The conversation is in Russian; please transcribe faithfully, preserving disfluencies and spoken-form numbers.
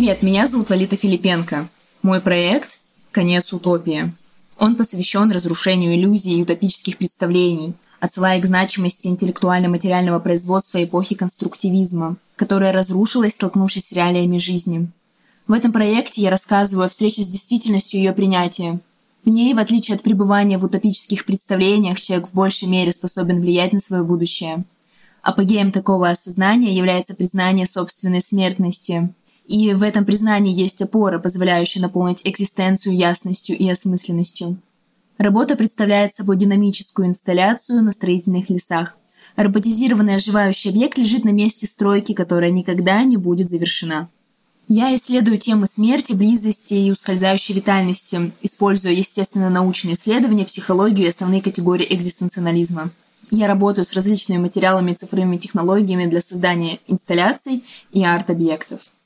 Привет, меня зовут Лолита Филипенко. Мой проект «Конец утопии». Он посвящен разрушению иллюзий и утопических представлений, отсылая к значимости интеллектуально-материального производства эпохи конструктивизма, которая разрушилась, столкнувшись с реалиями жизни. В этом проекте я рассказываю о встрече с действительностью ее принятия. В ней, в отличие от пребывания в утопических представлениях, человек в большей мере способен влиять на свое будущее. Апогеем такого осознания является признание собственной смертности. И в этом признании есть опора, позволяющая наполнить экзистенцию ясностью и осмысленностью. Работа представляет собой динамическую инсталляцию на строительных лесах. Роботизированный оживающий объект лежит на месте стройки, которая никогда не будет завершена. Я исследую темы смерти, близости и ускользающей витальности, используя естественно-научные исследования, психологию и основные категории экзистенциализма. Я работаю с различными материалами и цифровыми технологиями для создания инсталляций и арт-объектов.